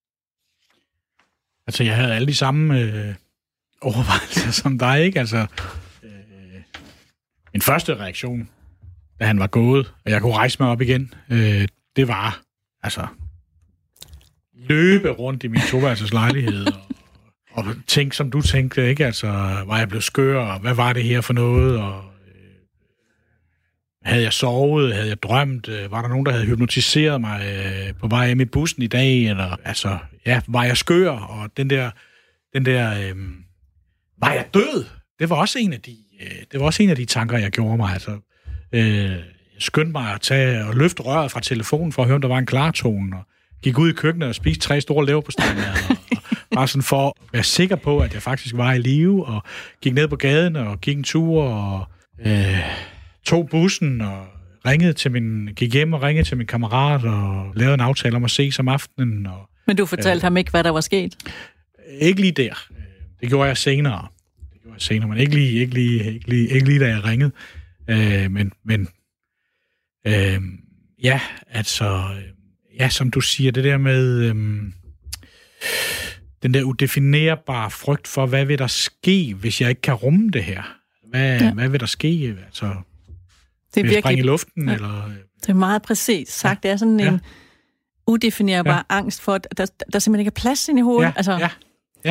Altså, jeg havde alle de samme øh, overvejelser som dig, ikke? Altså, øh, min første reaktion, da han var gået, og jeg kunne rejse mig op igen, øh, det var, altså, løbe rundt i min toværelses lejlighed, og, og tænke, som du tænkte, ikke? Altså, var jeg blevet skør, og hvad var det her for noget, og øh, havde jeg sovet, havde jeg drømt, øh, var der nogen, der havde hypnotiseret mig øh, på vej hjem i bussen i dag, eller, altså, ja, var jeg skør, og den der, den der, øh, var jeg død? Det var også en af de, øh, det var også en af de tanker, jeg gjorde mig, altså, øh, jeg skyndte mig at tage og løfte røret fra telefonen, for at høre, om der var en klartone, og gik ud i køkkenet og spiste tre store leverpostejmader, og, og bare sådan for at være sikker på, at jeg faktisk var i live, og gik ned på gaden og gik en tur, og øh, tog bussen, og ringede til min, gik hjem og ringede til min kammerat, og lavede en aftale om at ses om aftenen. Og, men du fortalte øh, ham ikke, hvad der var sket? Ikke lige der. Det gjorde jeg senere. Det gjorde jeg senere, men ikke lige, ikke lige, ikke lige, ikke lige da jeg ringede. Øh, men, men øh, ja, altså... Ja, som du siger, det der med øhm, den der udefinerbare frygt for, hvad vil der ske, hvis jeg ikke kan rumme det her? Hvad, ja. hvad vil der ske? Altså, det er vil virkelig, springe i luften? Ja. Eller? Det er meget præcis sagt. Ja. Det er sådan en ja. udefinerbar ja. angst for, at der, der simpelthen ikke er plads ind i hovedet. Ja, altså. ja, ja.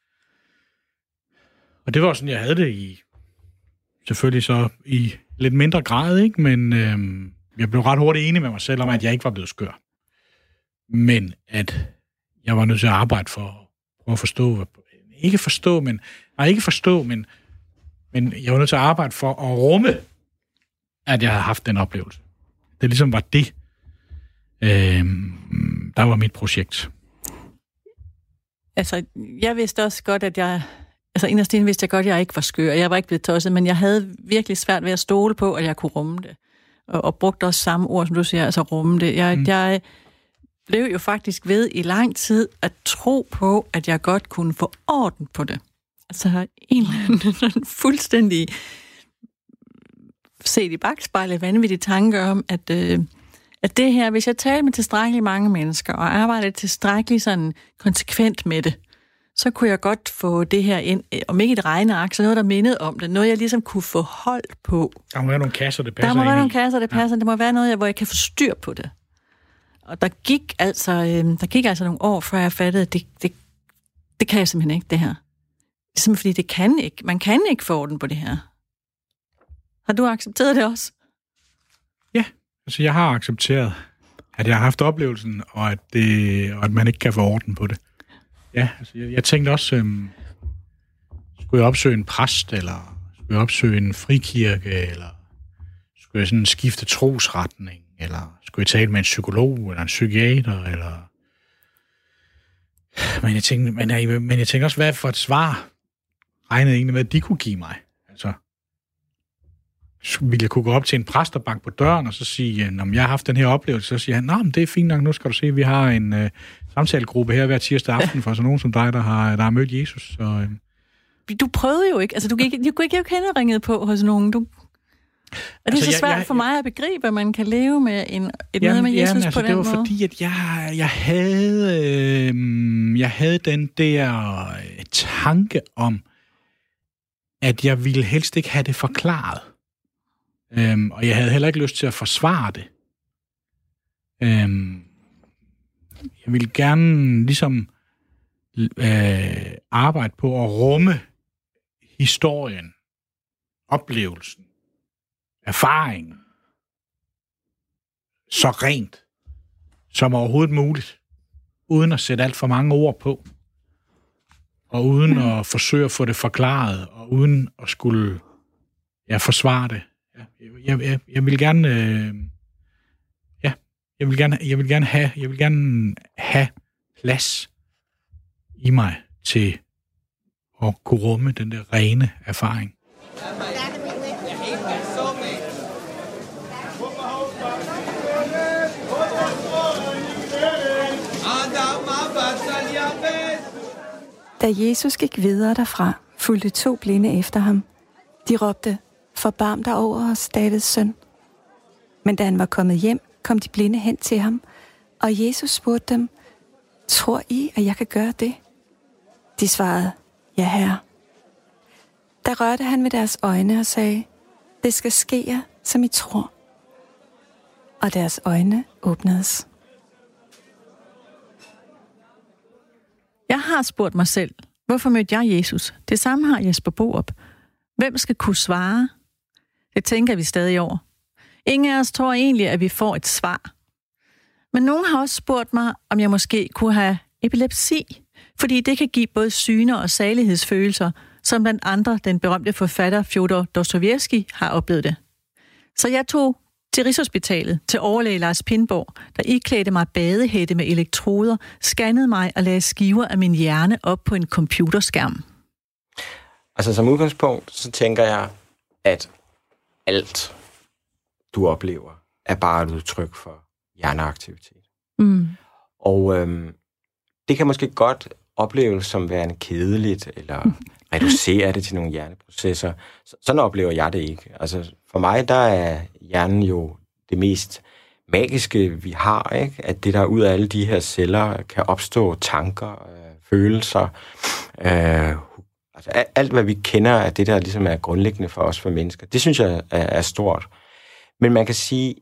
Og det var sådan, jeg havde det i, selvfølgelig så i lidt mindre grad, ikke? Men øhm, jeg blev ret hurtigt enig med mig selv om, at jeg ikke var blevet skør. Men at jeg var nødt til at arbejde for, for at forstå, ikke forstå, men, nej, ikke forstå, men, men jeg var nødt til at arbejde for at rumme, at jeg havde haft den oplevelse. Det ligesom var det, øh, der var mit projekt. Altså, jeg vidste også godt, at jeg, altså inderst inde vidste jeg godt, at jeg ikke var skør, jeg var ikke blevet tosset, men jeg havde virkelig svært ved at stole på, at jeg kunne rumme det. Og, og brugte også samme ord, som du siger, altså rumme det. Jeg, mm. jeg blev jo faktisk ved i lang tid at tro på, at jeg godt kunne få orden på det. Altså en eller anden fuldstændig set i bagspejlet vanvittige tanker om, at, øh, at det her, hvis jeg talte med tilstrækkeligt mange mennesker, og arbejdede tilstrækkeligt sådan konsekvent med det, så kunne jeg godt få det her ind, om ikke et regneark, så noget, der mindede om det. Noget, jeg ligesom kunne få hold på. Der må være nogle kasser, det passer Der må være ind nogle kasser, det passer. Ja. Det må være noget, hvor jeg kan få styr på det. Og der gik altså, øh, der gik altså nogle år, før jeg fattede, at det, det, det kan jeg simpelthen ikke, det her. Det er simpelthen, fordi det kan ikke. Man kan ikke få orden på det her. Har du accepteret det også? Ja, altså jeg har accepteret, at jeg har haft oplevelsen, og at, det, og at man ikke kan få orden på det. Ja, altså jeg, jeg tænkte også, øhm, skulle jeg opsøge en præst, eller skulle jeg opsøge en frikirke, eller skulle jeg sådan skifte trosretning, eller skulle jeg tale med en psykolog, eller en psykiater, eller... Men jeg tænkte, men jeg, men jeg tænkte også, hvad for et svar regnede egentlig med, at de kunne give mig? Altså, ville jeg kunne gå op til en præst og banke på døren, og så sige, om jeg har haft den her oplevelse, så siger han, nej, men det er fint nok, nu skal du se, vi har en øh, samtalegruppe her hver tirsdag aften for sådan nogen som dig, der har, der har mødt Jesus. Så, øh. Du prøvede jo ikke, altså du gik, du kunne ikke have ringet på hos nogen, du... Og det er altså, så svært jeg, jeg, for mig at begribe, at man kan leve med en, et møde med Jesus jamen, altså, på den måde. Det var måde. Fordi, at jeg, jeg, havde, øh, jeg havde den der tanke om, at jeg ville helst ikke have det forklaret. Øhm, og jeg havde heller ikke lyst til at forsvare det. Øhm, jeg ville gerne ligesom øh, arbejde på at rumme historien, oplevelsen, erfaringen, så rent som overhovedet muligt, uden at sætte alt for mange ord på, og uden at forsøge at få det forklaret, og uden at skulle ja, forsvare det. Jeg, jeg, jeg vil gerne, øh, ja, jeg vil gerne, jeg vil gerne have, jeg vil gerne have plads i mig til at kunne rumme den der rene erfaring. Da Jesus gik videre derfra, fulgte to blinde efter ham. De råbte, forbarm dig over os, Davids søn. Men da han var kommet hjem, kom de blinde hen til ham, og Jesus spurgte dem, tror I, at jeg kan gøre det? De svarede, ja, herre. Da rørte han ved deres øjne og sagde, det skal ske jer, som I tror. Og deres øjne åbnedes. Jeg har spurgt mig selv, hvorfor mødte jeg Jesus? Det samme har Jesper Borup. Hvem skal kunne svare? Det tænker vi stadig over. Ingen af os tror egentlig, at vi får et svar. Men nogen har også spurgt mig, om jeg måske kunne have epilepsi, fordi det kan give både syne og salighedsfølelser, som blandt andre den berømte forfatter Fjodor Dostojevskij har oplevet det. Så jeg tog til Rigshospitalet, til overlæge Lars Pindborg, der iklædte mig badehætte med elektroder, scannede mig og lagde skiver af min hjerne op på en computerskærm. Altså som udgangspunkt, så tænker jeg, at alt, du oplever, er bare et udtryk for hjerneaktivitet. Mm. Og øhm, det kan måske godt opleves som værende kedeligt, eller mm. reducere det til nogle hjerneprocesser. Sådan oplever jeg det ikke. Altså for mig, der er hjernen jo det mest magiske, vi har, ikke? At det der ud af alle de her celler kan opstå tanker, øh, følelser, øh, altså alt, hvad vi kender af det, der ligesom er grundlæggende for os for mennesker. Det synes jeg er, er stort. Men man kan sige,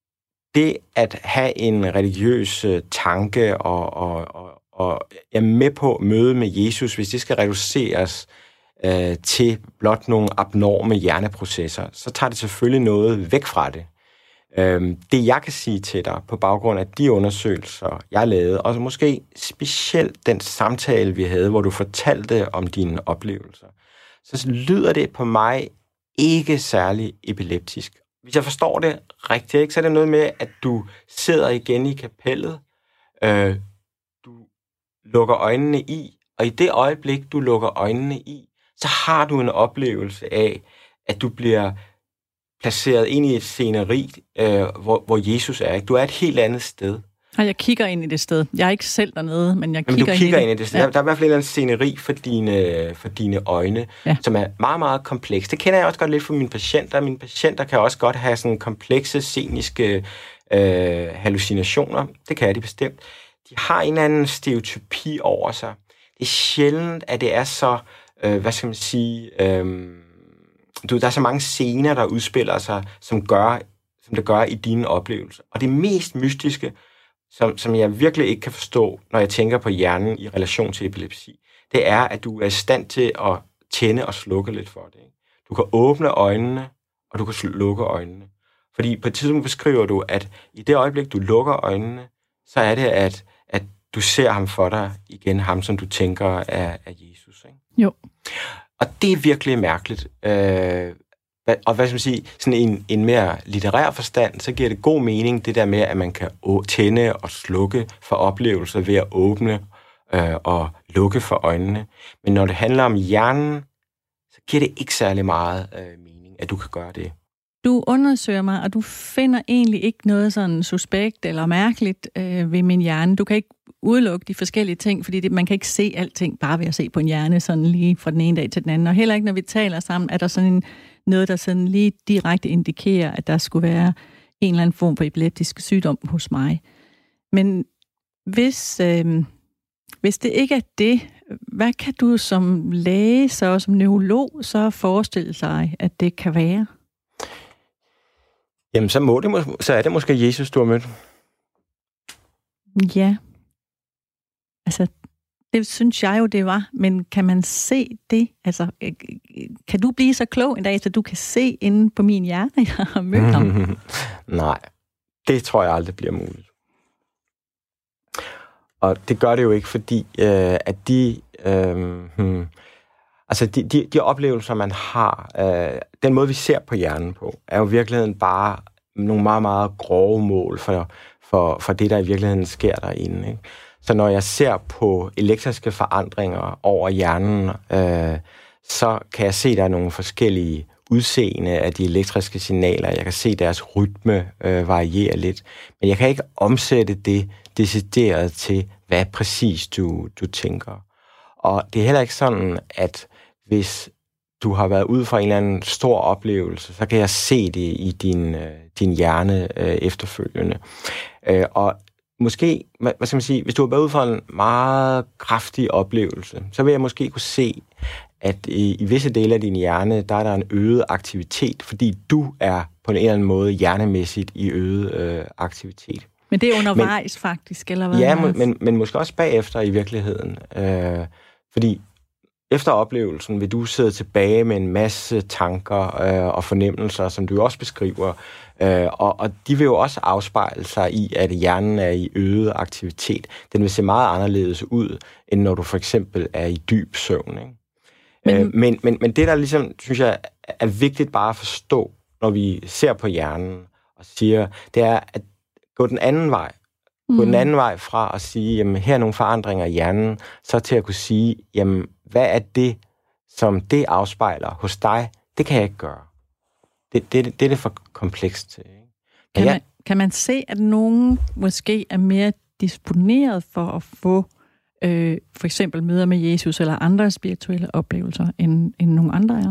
det at have en religiøs tanke og, og, og, og er med på at møde med Jesus, hvis det skal reduceres øh, til blot nogle abnorme hjerneprocesser, så tager det selvfølgelig noget væk fra det. Øh, det jeg kan sige til dig på baggrund af de undersøgelser, jeg lavede, og måske specielt den samtale, vi havde, hvor du fortalte om dine oplevelser, så lyder det på mig ikke særlig epileptisk. Hvis jeg forstår det rigtigt, ikke, så er det noget med, at du sidder igen i kapellet, øh, du lukker øjnene i, og i det øjeblik, du lukker øjnene i, så har du en oplevelse af, at du bliver placeret ind i et sceneri, øh, hvor, hvor Jesus er. Ikke? Du er et helt andet sted. Og jeg kigger ind i det sted. Jeg er ikke selv dernede, men jeg Jamen, kigger, du kigger ind i det. det sted. Ja. Der, der er i hvert fald et eller andet sceneri for dine, for dine øjne, ja. Som er meget, meget komplekst. Det kender jeg også godt lidt fra mine patienter. Mine patienter kan også godt have sådan komplekse, sceniske øh, hallucinationer. Det kan de bestemt. De har en eller anden stereotypi over sig. Det er sjældent, at det er så, øh, hvad skal man sige, øh, du, der er så mange scener, der udspiller sig, som, gør, som det gør i dine oplevelser. Og det mest mystiske, Som, som jeg virkelig ikke kan forstå, når jeg tænker på hjernen i relation til epilepsi, det er, at du er i stand til at tænde og slukke lidt for det. Ikke? Du kan åbne øjnene, og du kan slukke øjnene. Fordi på et tidspunkt beskriver du, at i det øjeblik, du lukker øjnene, så er det, at, at du ser ham for dig igen, ham som du tænker er, er Jesus. Ikke? Jo. Og det er virkelig mærkeligt. Øh, Og hvad skal man sige, sådan en, en mere litterær forstand, så giver det god mening, det der med, at man kan tænde og slukke for oplevelser ved at åbne øh, og lukke for øjnene. Men når det handler om hjernen, så giver det ikke særlig meget øh, mening, at du kan gøre det. du undersøger mig, og du finder egentlig ikke noget sådan suspekt eller mærkeligt øh, ved min hjerne. Du kan ikke udelukke de forskellige ting, fordi det, man kan ikke se alting bare ved at se på en hjerne sådan lige fra den ene dag til den anden. Og heller ikke, når vi taler sammen, er der sådan en, noget, der sådan lige direkte indikerer, at der skulle være en eller anden form for epileptisk sygdom hos mig. Men hvis, øh, hvis det ikke er det, hvad kan du som læge, så som neurolog, så forestille sig, at det kan være? Jamen, så, må det, så er det måske Jesus, du har mødt. Ja. Altså, det synes jeg jo, det var. Men kan man se det? Altså, kan du blive så klog en dag, så du kan se inde på min hjerne, jeg har mødt ham? Nej, det tror jeg aldrig bliver muligt. Og det gør det jo ikke, fordi øh, at de... Øh, hmm, altså, de, de, de oplevelser, man har, øh, den måde, vi ser på hjernen på, er jo i virkeligheden bare nogle meget, meget grove mål for, for, for det, der i virkeligheden sker derinde, ikke? Så når jeg ser på elektriske forandringer over hjernen, øh, så kan jeg se, at der er nogle forskellige udseende af de elektriske signaler. Jeg kan se, at deres rytme øh, varierer lidt. Men jeg kan ikke omsætte det decideret til, hvad præcis du, du tænker. Og det er heller ikke sådan, at hvis du har været ude for en eller anden stor oplevelse, så kan jeg se det i din, øh, din hjerne øh, efterfølgende. Øh, og måske, hvad skal man sige, hvis du har været ude for en meget kraftig oplevelse, så vil jeg måske kunne se, at i, i visse dele af din hjerne, der er der en øget aktivitet, fordi du er på en eller anden måde hjernemæssigt i øget øh, aktivitet. Men det er undervejs men, faktisk, eller hvad? Ja, men, men måske også bagefter i virkeligheden. Øh, fordi efter oplevelsen vil du sidde tilbage med en masse tanker øh, og fornemmelser, som du også beskriver, øh, og, og de vil jo også afspejle sig i, at hjernen er i øget aktivitet. Den vil se meget anderledes ud, end når du for eksempel er i dyb søvn, ikke? Men, øh, men, men, men det, der ligesom, synes jeg, er vigtigt bare at forstå, når vi ser på hjernen og siger, det er at gå den anden vej. Gå mm. den anden vej fra at sige, jamen her er nogle forandringer i hjernen, så til at kunne sige, jamen hvad er det, som det afspejler hos dig? Det kan jeg ikke gøre. Det, det, det er det for komplekst til. Ikke? Kan, jeg, man, kan man se, at nogen måske er mere disponeret for at få øh, for eksempel møder med Jesus eller andre spirituelle oplevelser, end, end nogle andre er?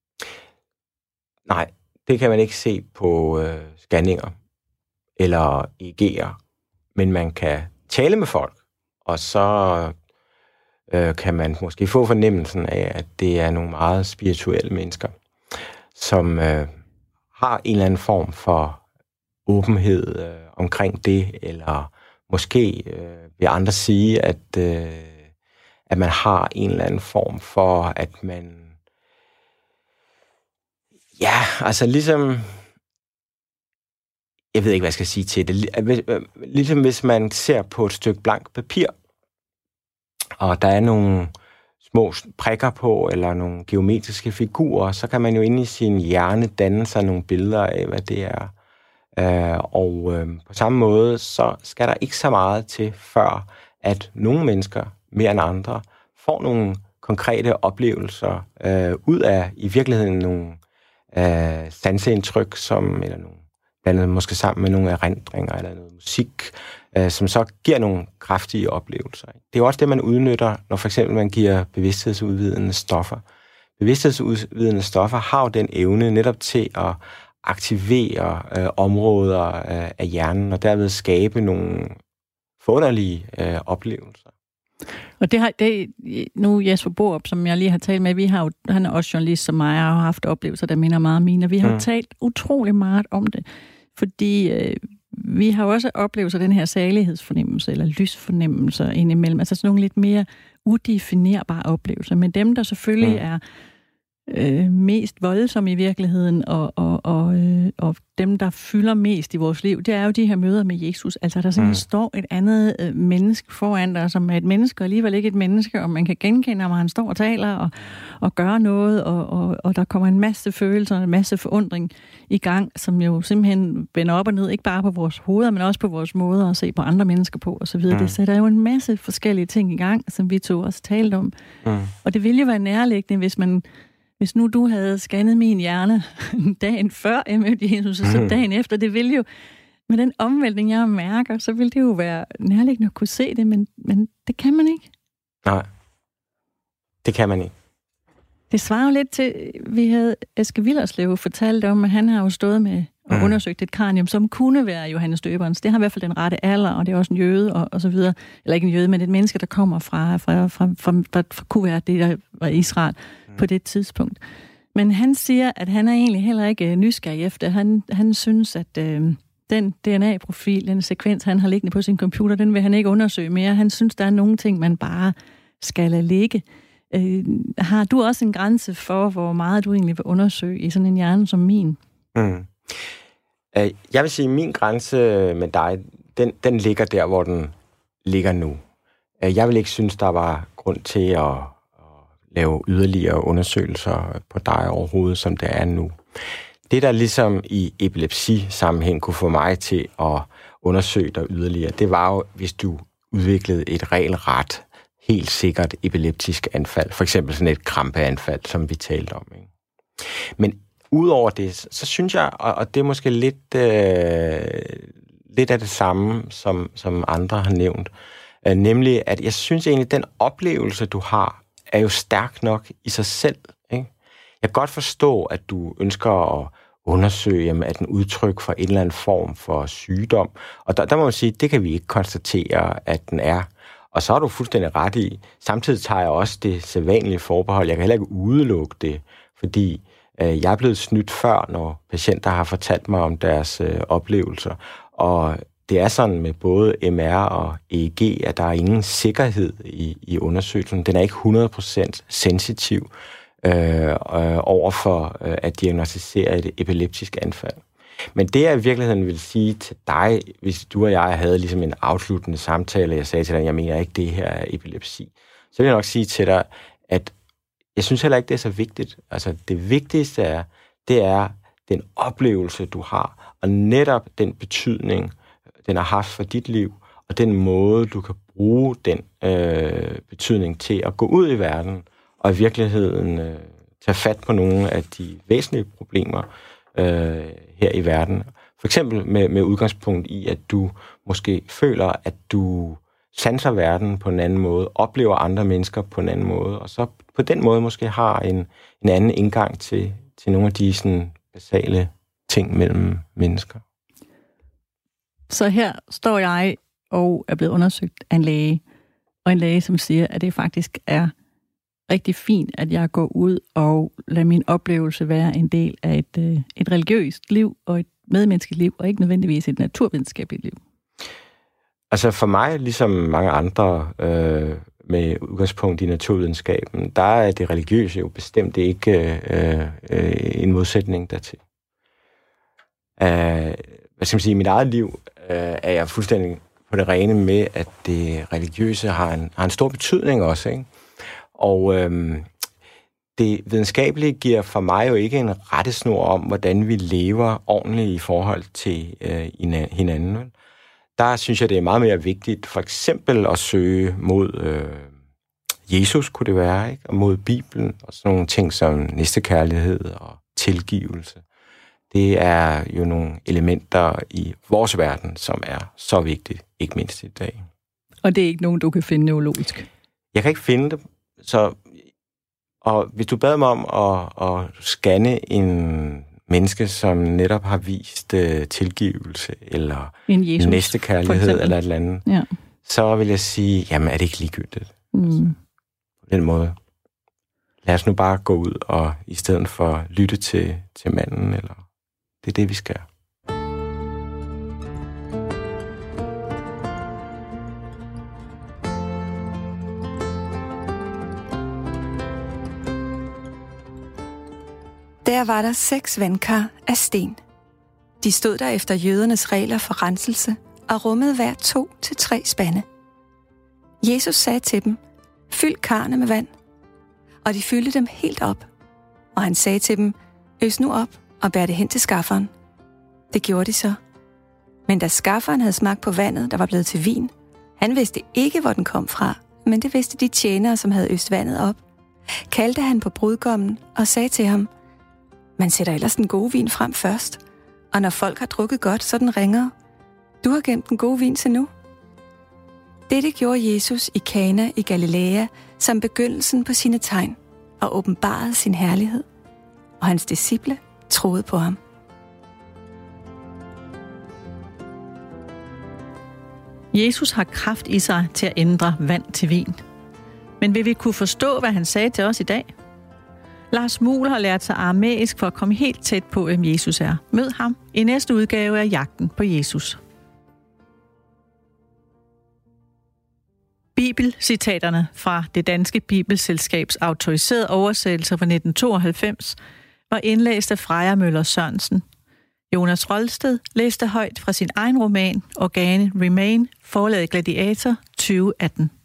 Nej, det kan man ikke se på øh, scanninger eller E G'er. Men man kan tale med folk, og så øh, kan man måske få fornemmelsen af, at det er nogle meget spirituelle mennesker, som øh, har en eller anden form for åbenhed øh, omkring det, eller måske øh, vil andre sige, at, øh, at man har en eller anden form for, at man... Ja, altså ligesom... Jeg ved ikke, hvad jeg skal sige til det. Ligesom hvis man ser på et stykke blank papir, og der er nogle små prikker på, eller nogle geometriske figurer, så kan man jo inde i sin hjerne danne sig nogle billeder af, hvad det er. Og på samme måde, så skal der ikke så meget til, før at nogle mennesker, mere end andre, får nogle konkrete oplevelser ud af i virkeligheden nogle sanseindtryk, som, eller nogle blandet måske sammen med nogle erindringer eller noget musik, øh, som så giver nogle kraftige oplevelser. Det er jo også det, man udnytter, når for eksempel man giver bevidsthedsudvidende stoffer. Bevidsthedsudvidende stoffer har jo den evne netop til at aktivere øh, områder øh, af hjernen, og derved skabe nogle forunderlige øh, oplevelser. Og det har, det, nu Jesper Borup, som jeg lige har talt med, vi har jo, han er også journalist som mig, og har haft oplevelser, der minder meget om mine, og vi har mm. jo talt utrolig meget om det, fordi øh, vi har også oplevelser den her salighedsfornemmelse, eller lysfornemmelser indimellem, altså sådan nogle lidt mere udefinerbare oplevelser, men dem, der selvfølgelig mm. er øh, mest voldsomme i virkeligheden, og, og, og, øh, og dem, der fylder mest i vores liv, det er jo de her møder med Jesus. Altså, der simpelthen mm. står et andet øh, menneske foran dig, som er et menneske, og alligevel ikke et menneske, og man kan genkende ham, han står og taler, og, og gør noget, og, og, og der kommer en masse følelser, en masse forundring i gang, som jo simpelthen vender op og ned, ikke bare på vores hoveder, men også på vores måder at se på andre mennesker på, og så videre. Mm. Det sætter jo en masse forskellige ting i gang, som vi to også talte om. Mm. Og det ville jo være nærliggende, hvis man hvis nu du havde scannet min hjerne dagen før jeg mødte Jesus, og så dagen efter, det ville jo, med den omvæltning, jeg mærker, så ville det jo være nærliggende at kunne se det, men, men det kan man ikke. Nej, det kan man ikke. Det svarer jo lidt til, vi havde Eske Willerslev fortalt om, at han har jo stået med og mm. undersøgt et kranium, som kunne være Johannes Døberens. Det har i hvert fald den rette alder, og det er også en jøde, og, og så videre. Eller ikke en jøde, men et menneske, der kommer fra, fra, fra, fra, fra, fra kunne være det, der var Israel mm. på det tidspunkt. Men han siger, at han er egentlig heller ikke nysgerrig efter. Han, han synes, at øh, den D N A-profil, den sekvens, han har liggende på sin computer, den vil han ikke undersøge mere. Han synes, der er nogle ting, man bare skal lade ligge. Øh, har du også en grænse for, hvor meget du egentlig vil undersøge i sådan en hjerne som min? Mm. Jeg vil sige, at min grænse med dig, den, den ligger der, hvor den ligger nu. Jeg vil ikke synes, der var grund til at, at lave yderligere undersøgelser på dig overhovedet, som det er nu. Det, der ligesom i epilepsi-sammenhæng kunne få mig til at undersøge dig yderligere, det var jo, hvis du udviklede et regelret, helt sikkert epileptisk anfald. For eksempel sådan et krampeanfald, som vi talte om. Ikke? Men udover det, så synes jeg, og det er måske lidt, øh, lidt af det samme, som, som andre har nævnt, øh, nemlig at jeg synes egentlig, at den oplevelse, du har, er jo stærk nok i sig selv. Ikke? Jeg kan godt forstå, at du ønsker at undersøge, jamen, at den udtryk for en eller anden form for sygdom. Og der, der må man sige, det kan vi ikke konstatere, at den er. Og så er du fuldstændig ret i. Samtidig tager jeg også det sædvanlige forbehold. Jeg kan heller ikke udelukke det, fordi øh, jeg er blevet snydt før, når patienter har fortalt mig om deres øh, oplevelser. Og det er sådan med både M R og E E G, at der er ingen sikkerhed i, i undersøgelsen. Den er ikke hundrede procent sensitiv øh, øh, over for øh, at diagnostisere et epileptisk anfald. Men det, jeg i virkeligheden vil sige til dig, hvis du og jeg havde ligesom en afsluttende samtale, jeg sagde til dig, at jeg mener ikke, det her er epilepsi, så vil jeg nok sige til dig, at jeg synes heller ikke, det er så vigtigt. Altså, det vigtigste er, det er den oplevelse, du har, og netop den betydning, den har haft for dit liv, og den måde, du kan bruge den øh, betydning til at gå ud i verden, og i virkeligheden øh, tage fat på nogle af de væsentlige problemer øh, her i verden. For eksempel med, med udgangspunkt i, at du måske føler, at du sanser verden på en anden måde, oplever andre mennesker på en anden måde, og så på den måde måske har en, en anden indgang til, til nogle af de sådan, basale ting mellem mennesker. Så her står jeg og er blevet undersøgt af en læge, og en læge, som siger, at det faktisk er rigtig fint, at jeg går ud og lader min oplevelse være en del af et, et religiøst liv og et medmenneskeligt liv, og ikke nødvendigvis et naturvidenskabeligt liv. Altså for mig, ligesom mange andre øh, med udgangspunkt i naturvidenskaben, der er det religiøse jo bestemt ikke øh, øh, en modsætning dertil. Uh, hvad skal man sige, i mit eget liv uh, er jeg fuldstændig på det rene med, at det religiøse har en, har en stor betydning også, ikke? Og øhm, det videnskabelige giver for mig jo ikke en rettesnor om, hvordan vi lever ordentligt i forhold til øh, hinanden. Der synes jeg, det er meget mere vigtigt for eksempel at søge mod øh, Jesus, kunne det være, ikke? Og mod Bibelen, og sådan nogle ting som næstekærlighed og tilgivelse. Det er jo nogle elementer i vores verden, som er så vigtigt, ikke mindst i dag. Og det er ikke nogen, du kan finde neurologisk? Jeg kan ikke finde det. Så, og hvis du bad mig om at, at scanne en menneske, som netop har vist uh, tilgivelse, eller Jesus, næstekærlighed, eller et eller andet, ja. Så vil jeg sige, jamen er det ikke ligegyldigt? Mm. Altså, på den måde. Lad os nu bare gå ud og i stedet for lytte til, til manden, eller det er det, vi skal. Der var der seks vandkar af sten. De stod der efter jødernes regler for renselse og rummede hver to til tre spande. Jesus sagde til dem, fyld karrene med vand, og de fyldte dem helt op. Og han sagde til dem, øs nu op og bær det hen til skafferen. Det gjorde de så. Men da skafferen havde smagt på vandet, der var blevet til vin, han vidste ikke, hvor den kom fra, men det vidste de tjenere, som havde øst vandet op. kaldte han på brudgommen og sagde til ham, man sætter ellers den gode vin frem først, og når folk har drukket godt, så den ringer. Du har gemt den gode vin til nu. Dette gjorde Jesus i Kana i Galilea som begyndelsen på sine tegn og åbenbarede sin herlighed, og hans disciple troede på ham. Jesus har kraft i sig til at ændre vand til vin. Men vil vi kunne forstå, hvad han sagde til os i dag? Lars Muhl har lært sig aramæisk for at komme helt tæt på, hvem Jesus er. Mød ham i næste udgave af Jagten på Jesus. Bibelcitaterne fra Det Danske Bibelselskabs autoriserede oversættelser fra nitten tooghalvfems var indlæst af Freja Møller Sørensen. Jonas Rolsted læste højt fra sin egen roman Organe Remain, forlaget Gladiator tyve atten.